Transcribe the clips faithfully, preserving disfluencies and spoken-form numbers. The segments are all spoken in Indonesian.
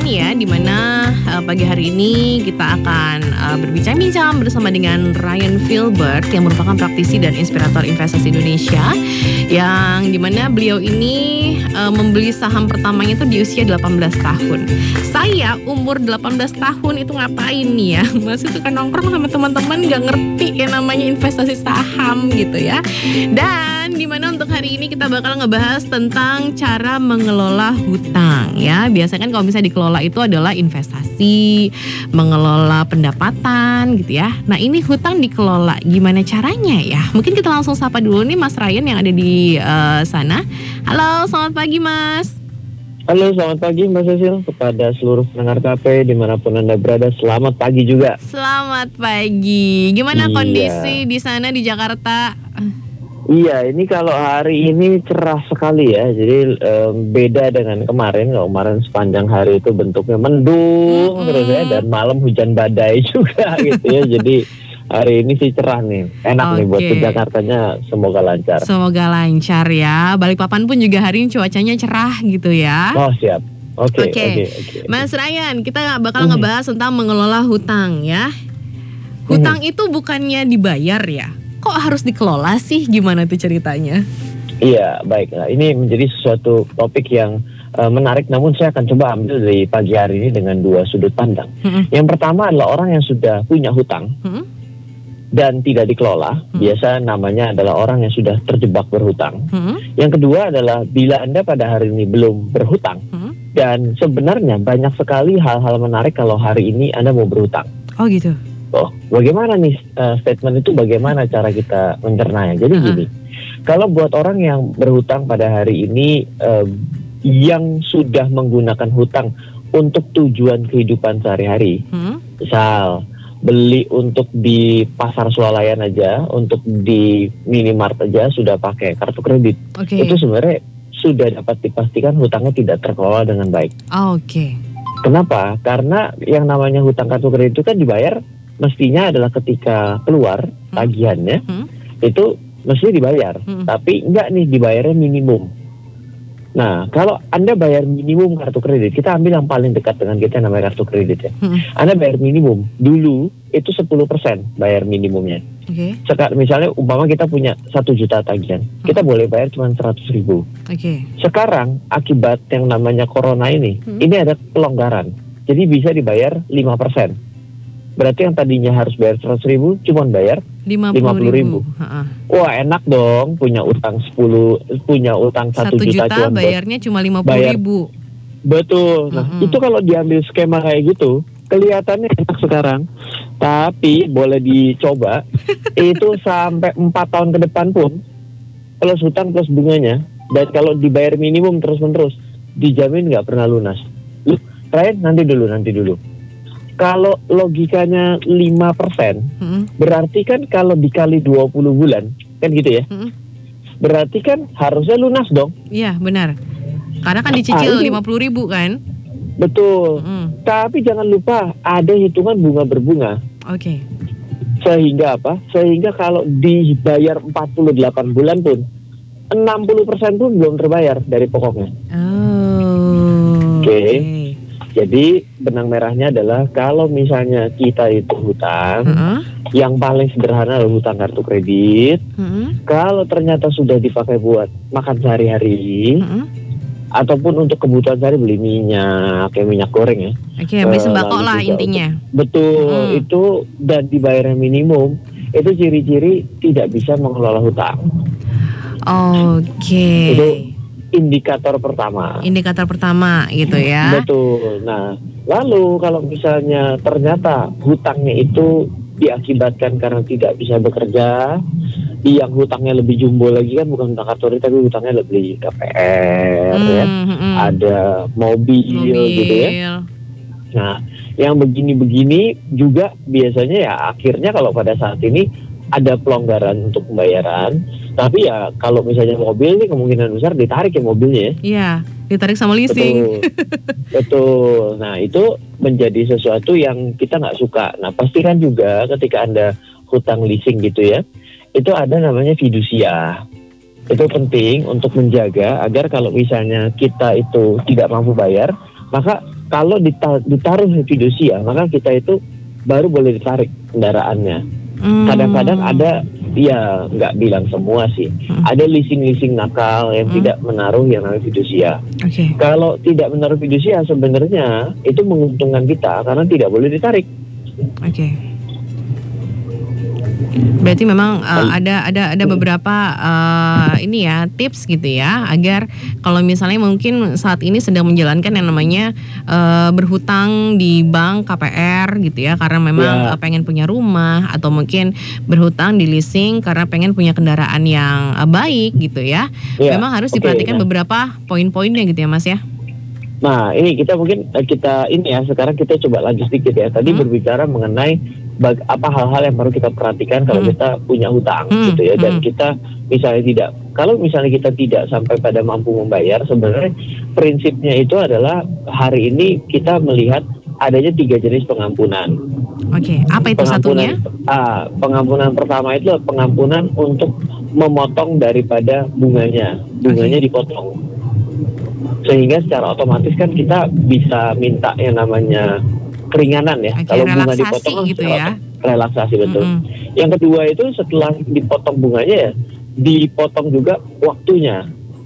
nih ya, dimana uh, pagi hari ini kita akan uh, berbincang-bincang bersama dengan Ryan Filbert yang merupakan praktisi dan inspirator investasi Indonesia, yang dimana beliau ini uh, membeli saham pertamanya itu di usia delapan belas tahun. Saya umur delapan belas tahun itu ngapain nih ya? Masih suka nongkrong sama teman-teman, gak ngerti yang namanya investasi saham gitu ya. Dan dimana untuk hari ini kita bakal ngebahas tentang cara mengelola hutang ya. Biasanya kan kalau misalnya dikelola itu adalah investasi, mengelola pendapatan gitu ya. Nah ini hutang dikelola, gimana caranya ya? Mungkin kita langsung sapa dulu nih Mas Ryan yang ada di uh, sana. Halo, selamat pagi Mas. Halo, selamat pagi Mbak Cecil. Kepada seluruh pendengar K P dimanapun Anda berada, selamat pagi juga. Selamat pagi. Gimana iya. kondisi di sana di Jakarta? Iya, ini kalau hari ini cerah sekali ya. Jadi um, beda dengan kemarin. Kalau kemarin sepanjang hari itu bentuknya mendung mm-hmm. terus ya, dan malam hujan badai juga gitu ya. Jadi hari ini sih cerah nih. Enak okay. nih buat ke Jakartanya, semoga lancar. Semoga lancar ya. Balikpapan pun juga hari ini cuacanya cerah gitu ya. Oh, siap. Oke, okay, oke. Okay. Okay, okay. Mas Ryan, kita bakal mm-hmm. ngebahas tentang mengelola hutang ya. Hutang mm-hmm. itu bukannya dibayar ya? Kok harus dikelola sih? Gimana tuh ceritanya? Iya, baik. Nah, ini menjadi sesuatu topik yang uh, menarik. Namun saya akan coba ambil dari pagi hari ini dengan dua sudut pandang. Mm-hmm. Yang pertama adalah orang yang sudah punya hutang mm-hmm. dan tidak dikelola. Mm-hmm. Biasa namanya adalah orang yang sudah terjebak berhutang. Mm-hmm. Yang kedua adalah bila Anda pada hari ini belum berhutang. Mm-hmm. Dan sebenarnya banyak sekali hal-hal menarik kalau hari ini Anda mau berhutang. Oh gitu. Oh, bagaimana nih uh, statement itu, bagaimana cara kita mencernanya? Jadi uh-huh. gini, kalau buat orang yang berhutang pada hari ini, uh, yang sudah menggunakan hutang untuk tujuan kehidupan sehari-hari, uh-huh. misal beli untuk di pasar swalayan aja, untuk di minimart aja sudah pakai kartu kredit, okay. itu sebenarnya sudah dapat dipastikan hutangnya tidak terkelola dengan baik. Oh, Oke. Okay. Kenapa? Karena yang namanya hutang kartu kredit itu kan dibayar mestinya adalah ketika keluar tagihannya hmm. itu mesti dibayar, hmm. tapi enggak nih, dibayarnya minimum. Nah, kalau Anda bayar minimum kartu kredit, kita ambil yang paling dekat dengan kita namanya kartu kredit ya. Hmm. Anda bayar minimum dulu itu sepuluh persen bayar minimumnya. Okay. Sekarang misalnya umpama kita punya satu juta tagihan, hmm. kita boleh bayar cuma seratus ribu. Okay. Sekarang akibat yang namanya corona ini, hmm. ini ada pelonggaran. Jadi bisa dibayar lima persen. Berarti yang tadinya harus bayar seratus ribu, cuma bayar lima puluh ribu. Wah, enak dong, punya utang sepuluh, punya utang satu juta, juta bayarnya cuma lima puluh ribu. Betul. Nah, mm-hmm. itu kalau diambil skema kayak gitu, kelihatannya enak sekarang. Tapi boleh dicoba, itu sampai empat tahun ke depan pun, plus hutang plus bunganya, dan kalau dibayar minimum terus-menerus, dijamin nggak pernah lunas. Loh, Ryan, nanti dulu, nanti dulu. Kalau logikanya lima persen, hmm. berarti kan kalau dikali dua puluh bulan, kan gitu ya. Hmm. Berarti kan harusnya lunas dong. Iya, benar. Karena kan dicicil ah, lima puluh ribu kan. Betul. Hmm. Tapi jangan lupa ada hitungan bunga berbunga. Oke. Okay. Sehingga apa? Sehingga kalau dibayar empat puluh delapan bulan pun, enam puluh persen pun belum terbayar dari pokoknya. Oh. Oke. Okay. Okay. Jadi benang merahnya adalah kalau misalnya kita itu hutang, uh-huh. yang paling sederhana adalah hutang kartu kredit. Uh-huh. Kalau ternyata sudah dipakai buat makan sehari-hari, uh-huh. ataupun untuk kebutuhan sehari, beli minyak, kayak minyak goreng ya. Oke, okay, beli sembako lah intinya. Untuk, betul, uh-huh. itu dan dibayarnya minimum, itu ciri-ciri tidak bisa mengelola hutang. Oke. Okay. Itu indikator pertama. Indikator pertama gitu ya. Betul. Nah, lalu kalau misalnya ternyata hutangnya itu diakibatkan karena tidak bisa bekerja, yang hutangnya lebih jumbo lagi kan bukan hutang kartu kredit tapi hutangnya lebih K P R hmm, ya, hmm. ada mobil, mobil gitu ya. Nah, yang begini-begini juga biasanya ya akhirnya kalau pada saat ini ada pelonggaran untuk pembayaran, tapi ya kalau misalnya mobil nih kemungkinan besar ditarik ya mobilnya. Iya, ditarik sama leasing. Betul. Betul. Nah itu menjadi sesuatu yang kita nggak suka. Nah pastikan juga ketika Anda hutang leasing gitu ya, itu ada namanya fidusia. Itu penting untuk menjaga agar kalau misalnya kita itu tidak mampu bayar, maka kalau dita- ditaruh fidusia, maka kita itu baru boleh ditarik kendaraannya. Hmm. Kadang-kadang ada, ya nggak bilang semua sih, hmm. ada leasing-leasing nakal yang hmm. tidak menaruh yang namanya fidusia. Okay. Kalau tidak menaruh fidusia sebenarnya itu menguntungkan kita karena tidak boleh ditarik. Oke. Okay. Berarti memang uh, ada ada ada beberapa uh, ini ya tips gitu ya agar kalau misalnya mungkin saat ini sedang menjalankan yang namanya uh, berhutang di bank K P R gitu ya karena memang ya. uh, pengen punya rumah atau mungkin berhutang di leasing karena pengen punya kendaraan yang uh, baik gitu ya. ya. Memang harus okay, diperhatikan ya. beberapa poin-poinnya gitu ya Mas ya. Nah ini kita mungkin kita ini ya sekarang kita coba lanjut sedikit ya. Tadi hmm. berbicara mengenai Bag, apa hal-hal yang perlu kita perhatikan kalau hmm. kita punya hutang hmm. gitu ya, dan hmm. kita misalnya tidak, kalau misalnya kita tidak sampai pada mampu membayar, sebenarnya prinsipnya itu adalah hari ini kita melihat adanya tiga jenis pengampunan. Oke, okay. Apa itu pengampunan, satunya? Ah, pengampunan pertama itu pengampunan untuk memotong daripada bunganya, bunganya okay. dipotong, sehingga secara otomatis kan kita bisa minta yang namanya keringanan ya. Okay, kalau bunga dipotong gitu ya. Relaksasi betul. Mm-hmm. Yang kedua itu setelah dipotong bunganya ya dipotong juga waktunya.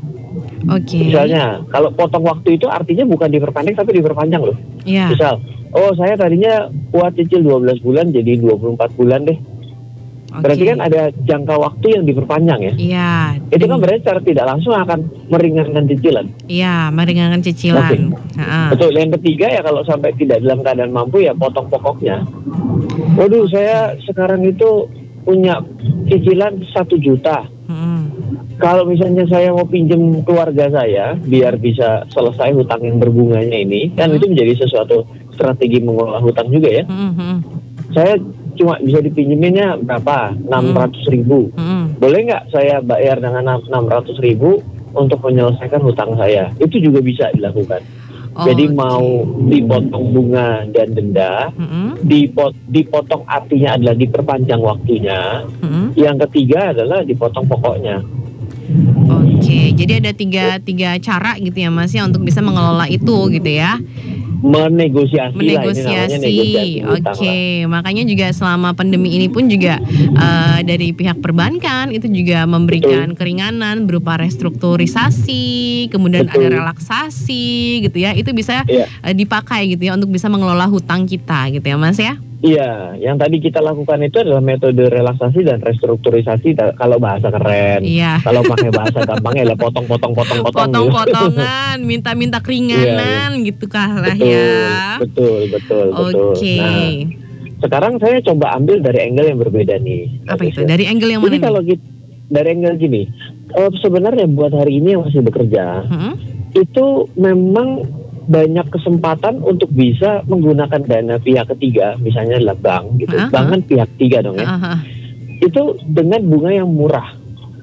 Oke. Okay. Misalnya kalau potong waktu itu artinya bukan diperpendek tapi diperpanjang loh. Yeah. Misal, oh saya tadinya kuat cicil dua belas bulan jadi dua puluh empat bulan deh. Okay. Berarti kan ada jangka waktu yang diperpanjang ya. Iya. Itu kan berarti secara tidak langsung akan meringankan cicilan. Iya, meringankan cicilan. Okay. Betul. Yang ketiga ya kalau sampai tidak dalam keadaan mampu ya potong pokoknya. Waduh, saya sekarang itu punya cicilan satu juta. Hmm. Kalau misalnya saya mau pinjam keluarga saya biar bisa selesai hutang yang berbunganya ini, hmm. kan itu menjadi sesuatu strategi mengelola hutang juga ya. Hmm. Saya cuma bisa dipinjeminnya berapa? enam ratus ribu. Hmm. Boleh nggak saya bayar dengan enam ratus ribu untuk menyelesaikan hutang saya? Itu juga bisa dilakukan. Oh, Jadi okay. mau dipotong bunga dan denda, hmm. dipot, dipotong artinya adalah diperpanjang waktunya. Hmm. Yang ketiga adalah dipotong pokoknya. Oke, okay. Jadi ada tiga, tiga cara gitu ya Mas ya untuk bisa mengelola itu gitu ya. Menegosiasi, menegosiasi. Oke, okay. Makanya juga selama pandemi ini pun juga uh, dari pihak perbankan itu juga memberikan Betul. keringanan berupa restrukturisasi, kemudian Betul. ada relaksasi gitu ya. Itu bisa yeah. uh, dipakai gitu ya untuk bisa mengelola hutang kita gitu ya Mas ya. Iya, yang tadi kita lakukan itu adalah metode relaksasi dan restrukturisasi. Kalau bahasa keren, iya. Kalau pakai bahasa gampangnya adalah potong-potong-potong-potong. Potong-potongan, gitu. minta-minta keringanan, iya, gitu kah lah ya. Betul, betul, betul. Oke. Nah, sekarang saya coba ambil dari angle yang berbeda nih. Apa itu? Dari angle yang mana? Jadi kalau gitu, dari angle gini, uh, sebenarnya buat hari ini yang masih bekerja, hmm? itu memang banyak kesempatan untuk bisa menggunakan dana pihak ketiga, misalnya adalah bank gitu. Uh-huh. Bank kan pihak ketiga dong ya. Uh-huh. Itu dengan bunga yang murah.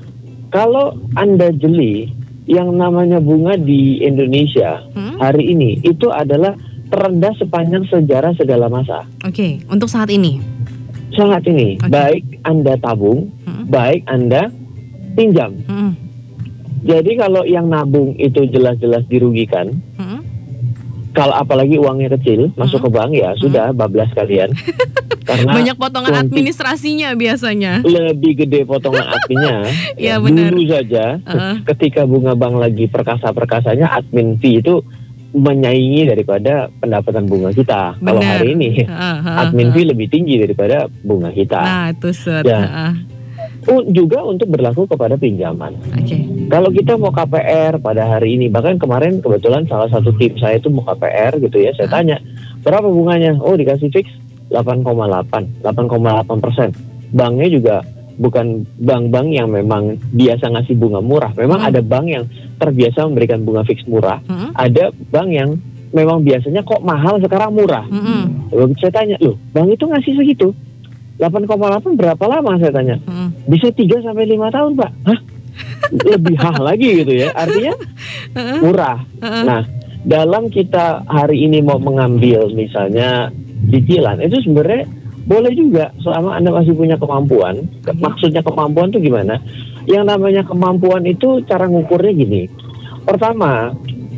Kalau Anda jeli, yang namanya bunga di Indonesia hmm? hari ini itu adalah terendah sepanjang sejarah segala masa. Oke, okay. Untuk saat ini. Saat ini, okay. Baik Anda tabung, hmm? baik Anda pinjam. Hmm. Jadi kalau yang nabung itu jelas-jelas dirugikan. Hmm? Kalau apalagi uangnya kecil masuk hmm. ke bank ya sudah hmm. bablas kalian. Karena banyak potongan administrasinya biasanya. Lebih gede potongan adminnya. ya, ya benar. Dulu saja uh. ketika bunga bank lagi perkasa-perkasanya, admin fee itu menyaingi daripada pendapatan bunga kita. Benar. Kalau hari ini uh, uh, admin uh. fee lebih tinggi daripada bunga kita. Nah, itu set. Ya. Uh. Juga untuk berlaku kepada pinjaman. Okay. Kalau kita mau K P R pada hari ini, bahkan kemarin kebetulan salah satu tim saya itu mau K P R gitu ya, saya uh. tanya berapa bunganya? Oh dikasih fix delapan koma delapan persen. Banknya juga bukan bank-bank yang memang biasa ngasih bunga murah. Memang hmm. ada bank yang terbiasa memberikan bunga fix murah. Hmm. Ada bank yang memang biasanya kok mahal sekarang murah. Hmm. Lalu saya tanya, loh bank itu ngasih segitu? delapan koma delapan berapa lama saya tanya? Hmm. Bisa tiga sampai lima tahun Pak. Hah? Lebih hah lagi gitu ya. Artinya murah. Nah, dalam kita hari ini mau mengambil misalnya cicilan, itu sebenarnya boleh juga selama Anda masih punya kemampuan. Maksudnya kemampuan itu gimana? Yang namanya kemampuan itu cara ngukurnya gini. Pertama,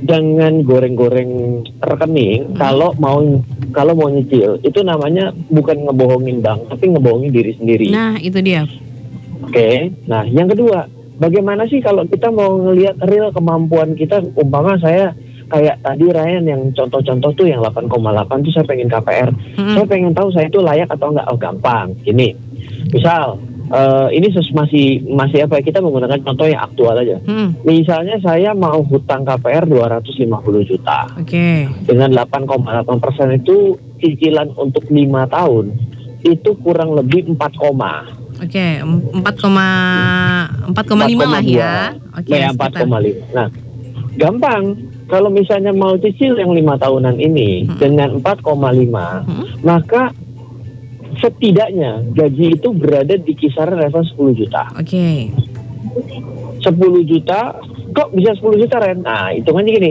jangan goreng-goreng rekening hmm. kalau mau kalau mau nyicil. Itu namanya bukan ngebohongin bank, tapi ngebohongin diri sendiri. Nah, itu dia. Oke. Okay. Nah, yang kedua, bagaimana sih kalau kita mau ngelihat real kemampuan kita? Umpama saya kayak tadi Ryan yang contoh-contoh tuh yang delapan koma delapan tuh saya pengen K P R. Hmm. Saya pengen tahu saya itu layak atau enggak. Oh, gampang. Gini. Misal uh, ini ses- masih masih apa ya? Kita menggunakan contoh yang aktual aja. Hmm. Misalnya saya mau hutang K P R dua ratus lima puluh juta. Oke. Okay. Dengan delapan koma delapan persen itu cicilan untuk lima tahun itu kurang lebih empat, Oke, okay, empat koma lima lah ya. Oke, okay, empat koma lima. Nah, gampang. Kalau misalnya mau cicil yang lima tahunan ini hmm. dengan empat koma lima, hmm. maka setidaknya gaji itu berada di kisaran level sepuluh juta. Oke. Okay. sepuluh juta, kok bisa sepuluh juta, Ren? Nah, hitungannya gini.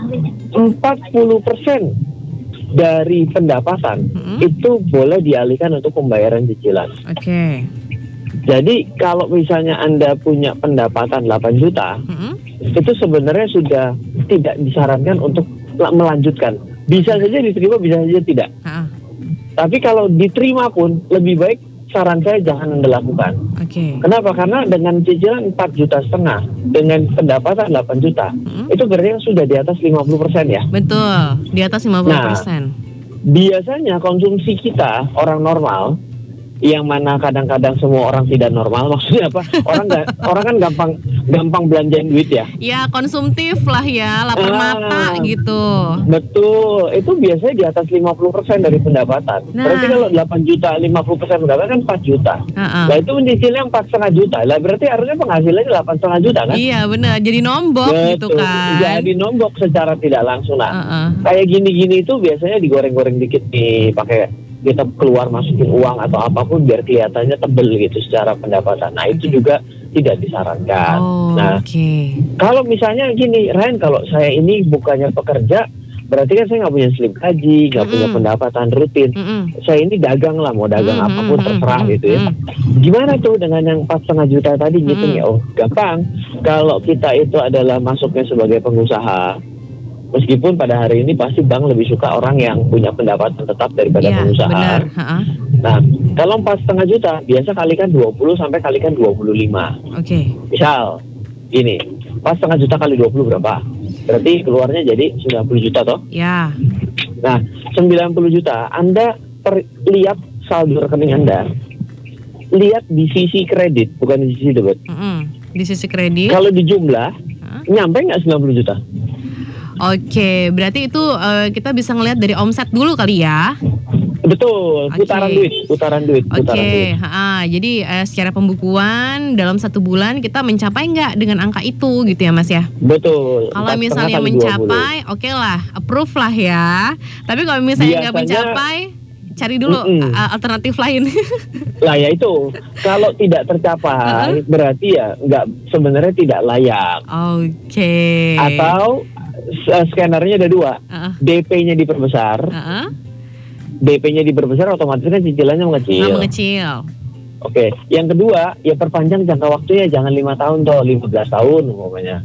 empat puluh persen dari pendapatan hmm. itu boleh dialihkan untuk pembayaran cicilan. Oke. Okay. Jadi kalau misalnya Anda punya pendapatan delapan juta, hmm. itu sebenarnya sudah tidak disarankan untuk melanjutkan. Bisa saja diterima, bisa saja tidak. Uh. Tapi kalau diterima pun lebih baik saran saya jangan Anda lakukan. Oke. Okay. Kenapa? Karena dengan cicilan empat juta setengah dengan pendapatan delapan juta, hmm. itu berarti sudah di atas lima puluh persen ya. Betul, di atas lima puluh persen. Nah, biasanya konsumsi kita orang normal, yang mana kadang-kadang semua orang tidak normal, maksudnya apa? Orang gak, orang kan gampang gampang belanjain duit ya. Ya konsumtif lah ya, lapar ah, mata gitu. Betul, itu biasanya di atas lima puluh persen dari pendapatan. Nah. Berarti kalau delapan juta, lima puluh persen pendapatan kan empat juta. Uh-uh. Nah itu mencicilnya empat koma lima juta. Lah berarti harusnya penghasilannya delapan koma lima juta kan? Iya benar, jadi nombok. Betul. Gitu kan. Jadi nombok secara tidak langsung. Nah, uh-uh. kayak gini-gini itu biasanya digoreng-goreng dikit nih, pakai kita keluar masukin uang atau apapun biar kelihatannya tebel gitu secara pendapatan. Nah itu okay. juga tidak disarankan. Oh, nah okay. kalau misalnya gini, Ryan, kalau saya ini bukannya pekerja, berarti kan saya nggak punya slip gaji, nggak mm-hmm. punya pendapatan rutin. Mm-hmm. Saya ini dagang lah, mau dagang mm-hmm. apapun terserah gitu ya. Mm-hmm. Gimana tuh dengan yang empat setengah juta tadi gitu mm-hmm. ya? Oh gampang. Kalau kita itu adalah masuknya sebagai pengusaha. Meskipun pada hari ini pasti bank lebih suka orang yang punya pendapatan tetap daripada ya, pengusaha. Benar. Ha-ha. Nah, kalau empat setengah juta biasa kalikan dua puluh sampai kalikan dua puluh lima. Oke. Okay. Misal, gini, empat setengah juta kali dua puluh berapa? Berarti keluarnya jadi sembilan puluh juta toh? Ya. Nah, sembilan puluh juta, Anda per, lihat saldo rekening Anda. Lihat di sisi kredit, bukan di sisi debit. Mm-hmm. Di sisi kredit. Kalau dijumlah, huh? nyampe nggak sembilan puluh juta? Oke, berarti itu uh, kita bisa ngelihat dari omset dulu kali ya? Betul, putaran okay. duit, putaran duit. Oke, okay. jadi uh, secara pembukuan dalam satu bulan kita mencapai nggak dengan angka itu gitu ya Mas ya? Betul. Kalau misalnya mencapai, oke okay lah, approve lah ya. Tapi kalau misalnya nggak mencapai, cari dulu uh, alternatif lain. Lah ya itu, kalau tidak tercapai, uh-huh. berarti ya nggak sebenarnya tidak layak. Oke. Okay. Atau scannernya ada dua, uh-uh. D P-nya diperbesar, uh-uh. D P-nya diperbesar otomatis kan cicilannya mengecil. Nah, mengecil. Oke, yang kedua ya perpanjang jangka waktunya, jangan lima tahun toh, lima belas tahun umpamanya.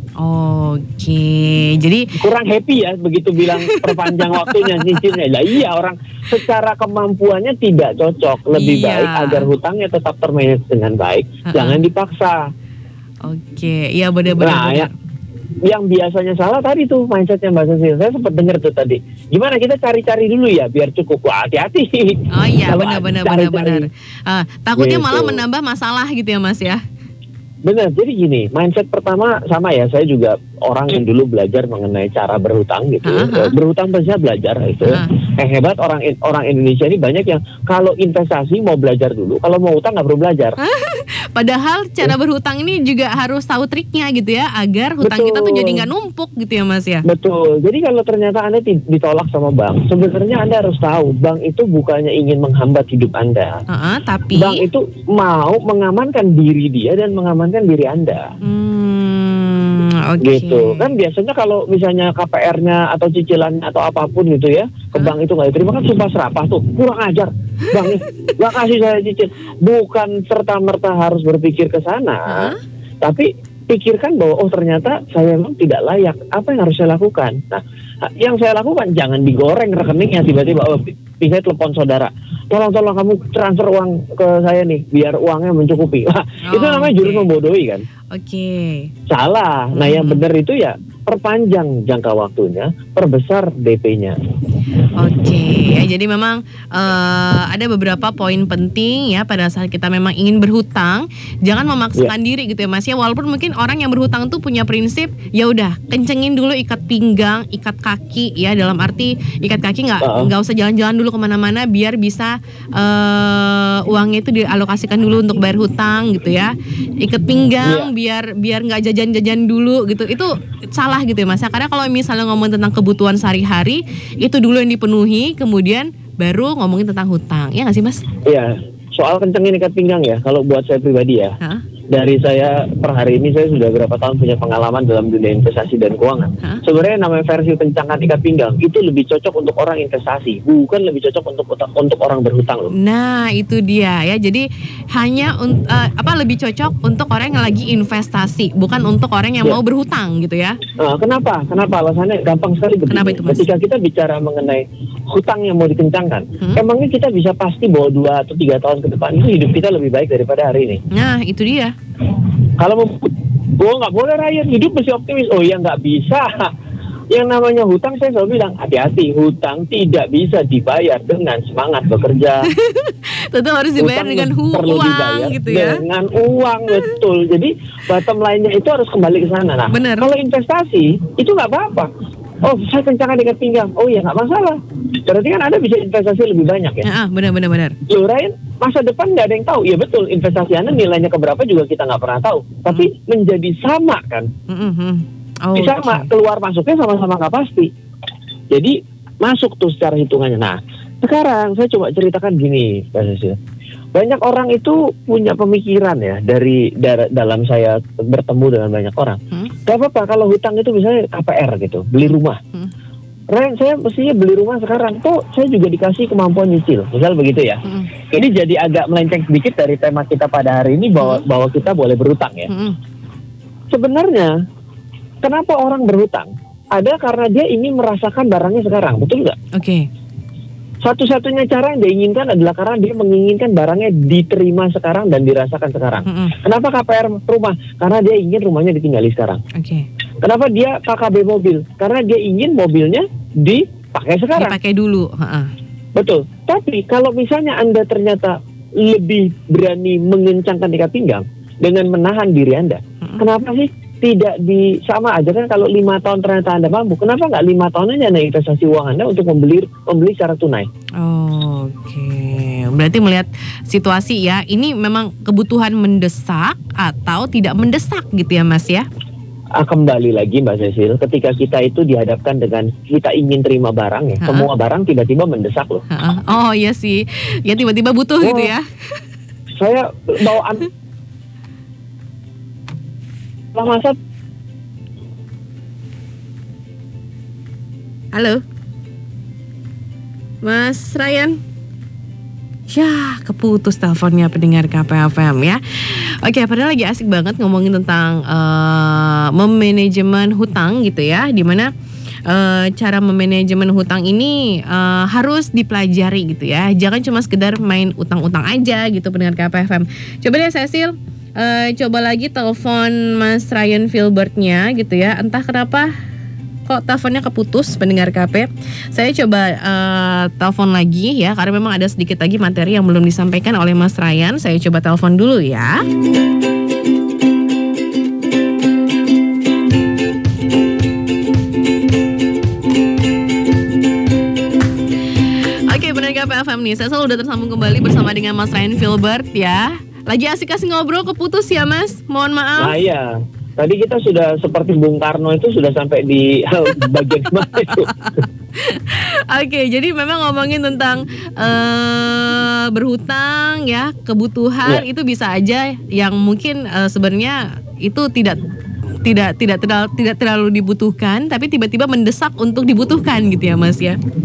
Oke, jadi kurang happy ya begitu bilang perpanjang waktunya cicilnya. Lah iya, orang secara kemampuannya tidak cocok. Lebih iya. baik agar hutangnya tetap termanage dengan baik, uh-uh. jangan dipaksa. Oke, iya benar-benar. Nah, ya, yang biasanya salah tadi tuh mindsetnya Mbak Cecil. Saya sempat dengar tuh tadi. Gimana kita cari-cari dulu ya biar cukup. Wah, hati-hati. Oh iya, benar-benar benar-benar. Uh, takutnya gitu. Malah menambah masalah gitu ya Mas ya. Benar, jadi gini, mindset pertama sama ya, saya juga orang yang dulu belajar mengenai cara berhutang gitu. Uh-huh. Berhutang bisa belajar itu. Uh-huh. Eh hebat orang orang Indonesia ini banyak yang kalau investasi mau belajar dulu, kalau mau hutang nggak perlu belajar. Padahal cara berhutang ini juga harus tahu triknya gitu ya, agar hutang Betul. Kita tuh jadi nggak numpuk gitu ya Mas ya. Betul. Jadi kalau ternyata Anda ditolak sama bank, sebenarnya Anda harus tahu bank itu bukannya ingin menghambat hidup Anda. Uh-huh, tapi bank itu mau mengamankan diri dia dan mengamankan diri Anda. Hmm, okay. Gitu. Kan biasanya kalau misalnya K P R-nya atau cicilannya atau apapun gitu ya, ke huh? bank itu nggak diterima kan sumpah serapah tuh. Kurang ajar. Bang nih, nggak kasih saya cicil. Bukan serta-merta harus berpikir ke sana. Huh? Tapi pikirkan bahwa oh ternyata saya memang tidak layak. Apa yang harus saya lakukan? Nah, yang saya lakukan jangan digoreng rekeningnya tiba-tiba. Oh, saya telepon saudara, tolong-tolong kamu transfer uang ke saya nih, biar uangnya mencukupi. Wah, oh, itu namanya okay. jurus membodohi kan? Oke. Okay. Salah. Nah, hmm. yang benar itu ya perpanjang jangka waktunya, perbesar D P-nya. Oke, okay. ya jadi memang uh, ada beberapa poin penting ya pada saat kita memang ingin berhutang, jangan memaksakan yeah. diri gitu ya Mas ya. Walaupun mungkin orang yang berhutang tuh punya prinsip, ya udah kencengin dulu ikat pinggang, ikat kaki ya, dalam arti ikat kaki nggak nggak uh-uh. usah jalan-jalan dulu kemana-mana biar bisa uh, uangnya itu dialokasikan dulu untuk bayar hutang gitu ya. Ikat pinggang yeah. biar biar nggak jajan-jajan dulu gitu. Itu salah gitu ya Mas ya. Karena kalau misalnya ngomong tentang kebutuhan sehari-hari itu dulu yang dipenuhi, kemudian baru ngomongin tentang hutang. Ya nggak sih Mas? Iya. Soal kencengin ikat pinggang ya, kalau buat saya pribadi ya, huh? dari saya per hari ini saya sudah berapa tahun punya pengalaman dalam dunia investasi dan keuangan. Huh? Sebenarnya namanya versi kencangkan ikat pinggang itu lebih cocok untuk orang investasi, bukan lebih cocok untuk untuk orang berhutang loh. Nah itu dia ya, jadi hanya un, uh, apa lebih cocok untuk orang yang lagi investasi, bukan untuk orang yang ya. mau berhutang gitu ya. Nah, kenapa? Kenapa alasannya gampang sekali begini. Kenapa itu Mas? Ketika kita bicara mengenai hutang yang mau dikencangkan, hmm? emangnya kita bisa pasti bahwa dua atau tiga tahun ke depan itu hidup kita lebih baik daripada hari ini? Nah itu dia. Kalau mau, gue nggak boleh Ryan, hidup mesti optimis. Oh ya nggak bisa. Yang namanya hutang saya selalu bilang hati-hati, hutang tidak bisa dibayar dengan semangat bekerja. Tentu harus dibayar hutang dengan hu- perlu uang dibayar gitu ya. Dengan uang betul. Jadi bottom line-nya itu harus kembali ke sana. Nah, bener. Kalau investasi itu nggak apa-apa. Oh, saya kencangkan ikat pinggang. Oh ya nggak masalah. Berarti kan Anda bisa investasi lebih banyak ya. Ah, benar-benar benar. Loh Ryan, masa depan nggak ada yang tahu. Ya betul, investasi Anda nilainya keberapa juga kita nggak pernah tahu. Tapi hmm. menjadi sama kan. Mm-hmm. Oh, sama, okay. keluar masuknya sama-sama nggak pasti. Jadi masuk tuh secara hitungannya. Nah, sekarang saya coba ceritakan gini, Pak Cecil. Banyak orang itu punya pemikiran ya dari da- dalam saya bertemu dengan banyak orang. Hmm? Gak apa-apa kalau hutang itu misalnya K P R gitu, beli rumah. Hmm. Ren, saya mestinya beli rumah sekarang. Tuh saya juga dikasih kemampuan nyicil, misal begitu ya. Hmm. Ini jadi agak melenceng sedikit dari tema kita pada hari ini bahwa hmm. bahwa kita boleh berhutang ya. Hmm. Sebenarnya kenapa orang berhutang? Ada karena dia ingin merasakan barangnya sekarang, betul nggak? Oke. Okay. Satu-satunya cara yang dia inginkan adalah karena dia menginginkan barangnya diterima sekarang dan dirasakan sekarang. Mm-hmm. Kenapa K P R rumah? Karena dia ingin rumahnya ditinggali sekarang. Oke. Okay. Kenapa dia K K B mobil? Karena dia ingin mobilnya dipakai sekarang. Dipakai dulu. Uh-uh. Betul. Tapi kalau misalnya Anda ternyata lebih berani mengencangkan ikat pinggang dengan menahan diri Anda, mm-hmm. kenapa sih tidak di sama aja kan? Kalau lima tahun ternyata Anda mampu, kenapa nggak lima tahun aja Anda investasi uang Anda untuk membeli membeli secara tunai? Oh, Oke, okay. Berarti melihat situasi ya, ini memang kebutuhan mendesak atau tidak mendesak gitu ya Mas ya? Ah, kembali lagi Mbak Cecil, ketika kita itu dihadapkan dengan kita ingin terima barang ya, ha? Semua barang tiba-tiba mendesak loh. Ha? Oh iya sih, ya tiba-tiba butuh oh, gitu ya. Saya bawaan lah masa. Halo Mas Ryan. Ya keputus teleponnya pendengar K P F M ya. Oke, padahal lagi asik banget ngomongin tentang uh, memanajemen hutang gitu ya, dimana uh, cara memanajemen hutang ini uh, harus dipelajari gitu ya. Jangan cuma sekedar main utang-utang aja gitu pendengar K P F M. Coba deh Cecil, uh, coba lagi telepon Mas Ryan Filbertnya gitu ya. Entah kenapa kok teleponnya keputus pendengar K P. Saya coba uh, telepon lagi ya, karena memang ada sedikit lagi materi yang belum disampaikan oleh Mas Ryan. Saya coba telepon dulu ya. Oke, pendengar K P F M nih, saya selalu udah tersambung kembali bersama dengan Mas Ryan Filbert ya. Lagi asik-asik ngobrol keputus ya Mas, mohon maaf. Nah, iya. Tadi kita sudah seperti Bung Karno itu sudah sampai di bagian mana itu. Oke, jadi memang ngomongin tentang uh, berhutang ya, kebutuhan ya. Itu bisa aja yang mungkin uh, sebenarnya itu tidak tidak tidak tidak tidak terlalu dibutuhkan, tapi tiba-tiba mendesak untuk dibutuhkan gitu ya Mas ya.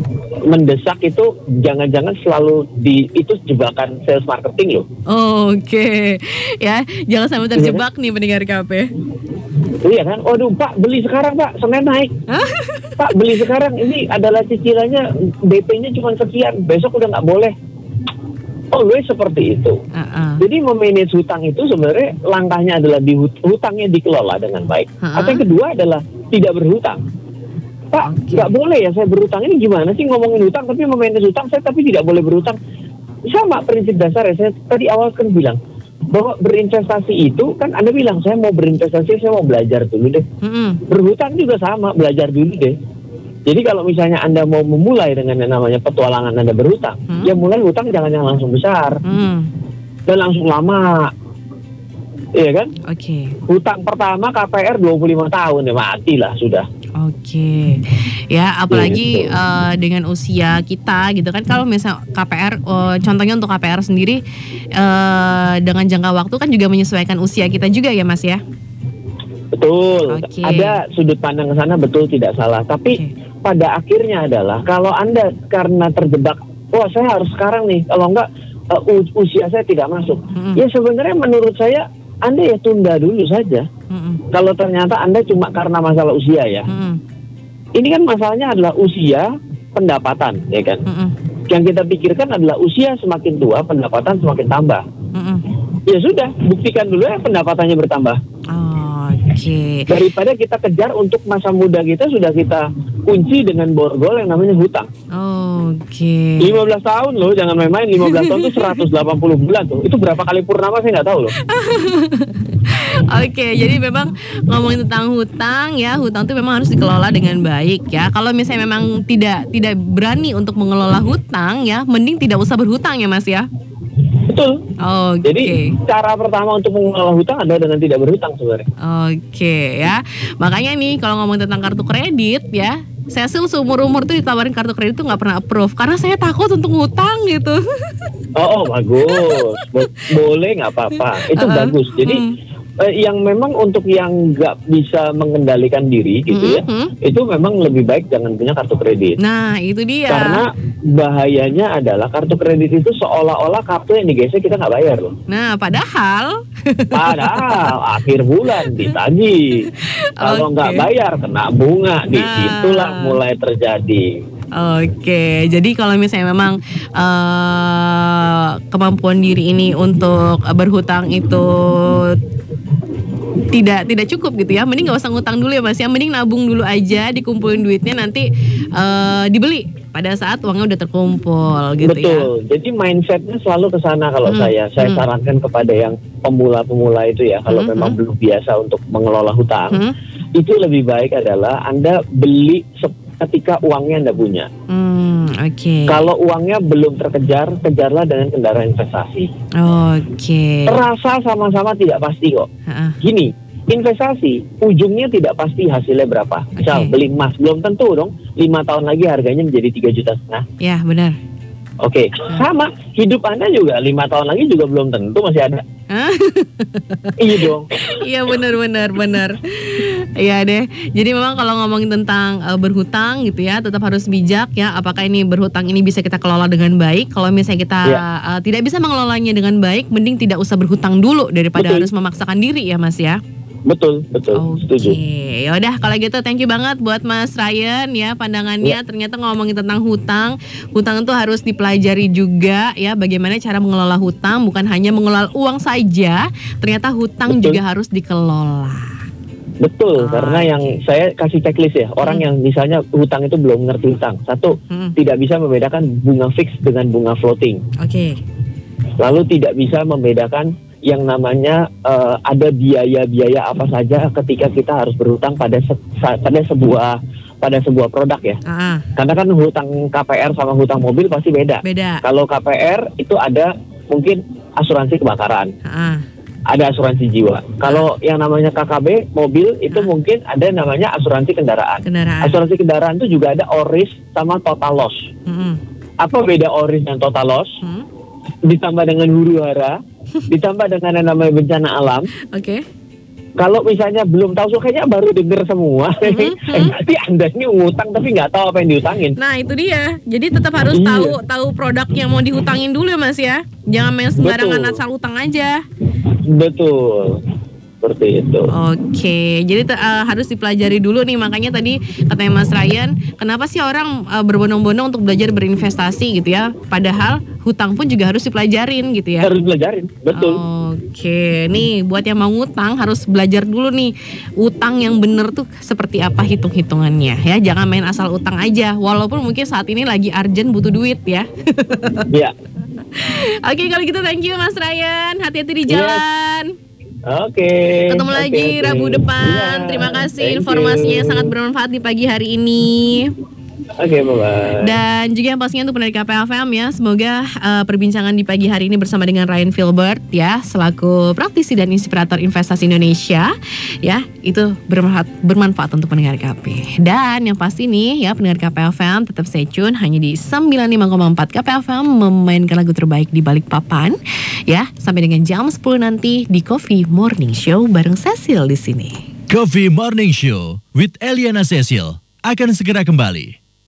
mendesak itu jangan-jangan selalu di itu jebakan sales marketing loh. Oh, Oke, okay. ya jangan sampai terjebak iya, nih pendengar K P. Iya kan, waduh Pak beli sekarang Pak, Senin naik. Pak beli sekarang, ini adalah cicilannya D P-nya cuma sekian, besok udah nggak boleh. Oh, lu seperti itu. Uh-uh. Jadi memanage hutang itu sebenarnya langkahnya adalah di hutangnya dikelola dengan baik. Uh-uh. Atau yang kedua adalah tidak berhutang. Pak, nggak okay. boleh ya saya berhutang, ini gimana sih ngomongin hutang tapi memanage hutang saya tapi tidak boleh berhutang. Sama prinsip dasar ya, saya tadi awal kan bilang bahwa berinvestasi itu kan Anda bilang saya mau berinvestasi, saya mau belajar dulu deh. Mm-hmm. Berhutang juga sama, belajar dulu deh. Jadi kalau misalnya Anda mau memulai dengan yang namanya petualangan Anda berhutang, mm-hmm. ya mulai hutang jangan yang langsung besar mm-hmm. dan langsung lama. Iya kan? Oke. Okay. Hutang pertama K P R dua puluh lima tahun ya matilah sudah. Oke, okay. ya apalagi gitu. uh, dengan usia kita gitu kan, kalau misal K P R, uh, contohnya untuk K P R sendiri uh, dengan jangka waktu kan juga menyesuaikan usia kita juga ya Mas ya. Betul, okay. Ada sudut pandang ke sana betul tidak salah, tapi okay. pada akhirnya adalah kalau Anda karena terjebak, wah saya harus sekarang nih, kalau enggak uh, usia saya tidak masuk, mm-hmm. ya sebenarnya menurut saya Anda ya tunda dulu saja. Mm-mm. Kalau ternyata Anda cuma karena masalah usia ya. Mm-mm. Ini kan masalahnya adalah usia pendapatan, ya kan. Mm-mm. Yang kita pikirkan adalah usia semakin tua, pendapatan semakin tambah. Mm-mm. Ya sudah, buktikan dulu ya pendapatannya bertambah. Oh, Oke. Okay. Daripada kita kejar untuk masa muda kita sudah kita kunci dengan borgol yang namanya hutang. Oke. Okay. lima belas tahun loh, jangan main-main. lima belas tahun itu seratus delapan puluh bulan tuh. Itu berapa kali purnama saya nggak tahu loh. Oke, okay, jadi memang ngomongin tentang hutang ya, hutang itu memang harus dikelola dengan baik ya. Kalau misalnya memang tidak tidak berani untuk mengelola hutang ya, mending tidak usah berhutang ya Mas ya. Betul. Oh, okay. Jadi cara pertama untuk mengelola hutang adalah dengan tidak berhutang sebenarnya. Oke okay, ya. Makanya nih kalau ngomong tentang kartu kredit ya, saya sih seumur-umur tuh ditawarin kartu kredit tuh nggak pernah approve karena saya takut untuk ngutang gitu. Oh, oh bagus. Bo- boleh nggak apa-apa. Itu uh-huh. bagus. Jadi hmm. Eh, yang memang untuk yang nggak bisa mengendalikan diri gitu mm-hmm. ya, itu memang lebih baik jangan punya kartu kredit. Nah itu dia. Karena bahayanya adalah kartu kredit itu seolah-olah kartu yang digesek kita nggak bayar loh. Nah padahal. Padahal akhir bulan ditagih. Kalau okay. nggak bayar kena bunga. Di nah. situlah mulai terjadi. Oke, jadi kalau misalnya memang uh, kemampuan diri ini untuk berhutang itu tidak tidak cukup gitu ya, mending nggak usah ngutang dulu ya Mas ya, mending nabung dulu aja, dikumpulin duitnya nanti uh, dibeli pada saat uangnya udah terkumpul gitu. Betul. Ya. Betul. Jadi mindsetnya selalu ke sana kalau hmm. saya. Saya hmm. sarankan kepada yang pemula-pemula itu ya, kalau hmm. memang belum biasa untuk mengelola hutang, hmm. itu lebih baik adalah Anda beli ketika uangnya Anda punya. Hmm, Oke. Okay. Kalau uangnya belum terkejar, kejarlah dengan kendaraan investasi. Oke. Okay. Terasa sama-sama tidak pasti kok. Uh-uh. Gini, investasi ujungnya tidak pasti hasilnya berapa. Misal okay. beli emas belum tentu dong. Lima tahun lagi harganya menjadi tiga juta setengah. Ya benar. Oke, okay. uh. sama hidup Anda juga lima tahun lagi juga belum tentu masih ada. Iya dong. Iya benar-benar benar. Iya deh. Jadi memang kalau ngomongin tentang uh, berhutang gitu ya, tetap harus bijak ya. Apakah ini berhutang ini bisa kita kelola dengan baik? Kalau misalnya kita ya. uh, tidak bisa mengelolanya dengan baik, mending tidak usah berhutang dulu daripada betul. Harus memaksakan diri ya Mas ya. Betul, betul, okay. setuju. Ya udah kalau gitu thank you banget buat Mas Ryan ya pandangannya. Ya. Ternyata ngomongin tentang hutang, hutang itu harus dipelajari juga ya, bagaimana cara mengelola hutang, bukan hanya mengelola uang saja. Ternyata hutang betul. Juga harus dikelola. Betul, oh, karena okay. yang saya kasih checklist ya, orang hmm. yang misalnya hutang itu belum ngerti hutang. Satu, hmm. tidak bisa membedakan bunga fix dengan bunga floating. Oke. Okay. Lalu tidak bisa membedakan yang namanya uh, ada biaya-biaya apa saja ketika kita harus berhutang pada se- pada sebuah pada sebuah produk ya. Uh-huh. Karena kan hutang K P R sama hutang mobil pasti beda. Beda. Kalau K P R itu ada mungkin asuransi kebakaran. Uh-huh. Ada asuransi jiwa. Kalau yang namanya K K B mobil itu uh-huh. mungkin ada namanya asuransi kendaraan. kendaraan. Asuransi kendaraan itu juga ada all-risk sama total loss. Uh-huh. Apa beda all-risk dan total loss? Uh-huh. Ditambah dengan huru hara, ditambah dengan yang namanya bencana alam. Oke. Okay. kalau misalnya belum tahu, so kayaknya baru denger semua. Mm-hmm. eh, berarti Anda ini ngutang tapi nggak tahu apa yang diutangin. Nah itu dia. Jadi tetap harus iya. tahu tahu produk yang mau dihutangin dulu ya Mas ya. Jangan main sembarangan Betul. asal utang aja. Betul. Seperti itu. Oke, jadi uh, harus dipelajari dulu nih. Makanya tadi katanya Mas Ryan, kenapa sih orang uh, berbondong-bondong untuk belajar berinvestasi gitu ya? Padahal hutang pun juga harus dipelajarin gitu ya. Harus pelajarin, betul. Oke, nih buat yang mau ngutang harus belajar dulu nih utang yang bener tuh seperti apa hitung-hitungannya ya. Jangan main asal utang aja. Walaupun mungkin saat ini lagi urgent butuh duit ya. Iya. Oke, kalau gitu thank you Mas Ryan. Hati-hati di jalan. Yes. Oke. Okay, Ketemu okay, lagi okay. Rabu depan. Yeah, Terima kasih informasinya you. sangat bermanfaat di pagi hari ini. Oke, okay, bye-bye. Dan juga yang pastinya untuk pendengar K P F M ya, semoga uh, perbincangan di pagi hari ini bersama dengan Ryan Filbert ya, selaku praktisi dan inspirator investasi Indonesia ya, itu bermanfaat, bermanfaat untuk pendengar K P. Dan yang pasti nih ya, pendengar K P F M tetap stay tune hanya di sembilan puluh lima koma empat K P F M memainkan lagu terbaik di Balikpapan ya, sampai dengan jam sepuluh nanti di Coffee Morning Show bareng Cecil di sini. Coffee Morning Show with Eliana Cecil akan segera kembali.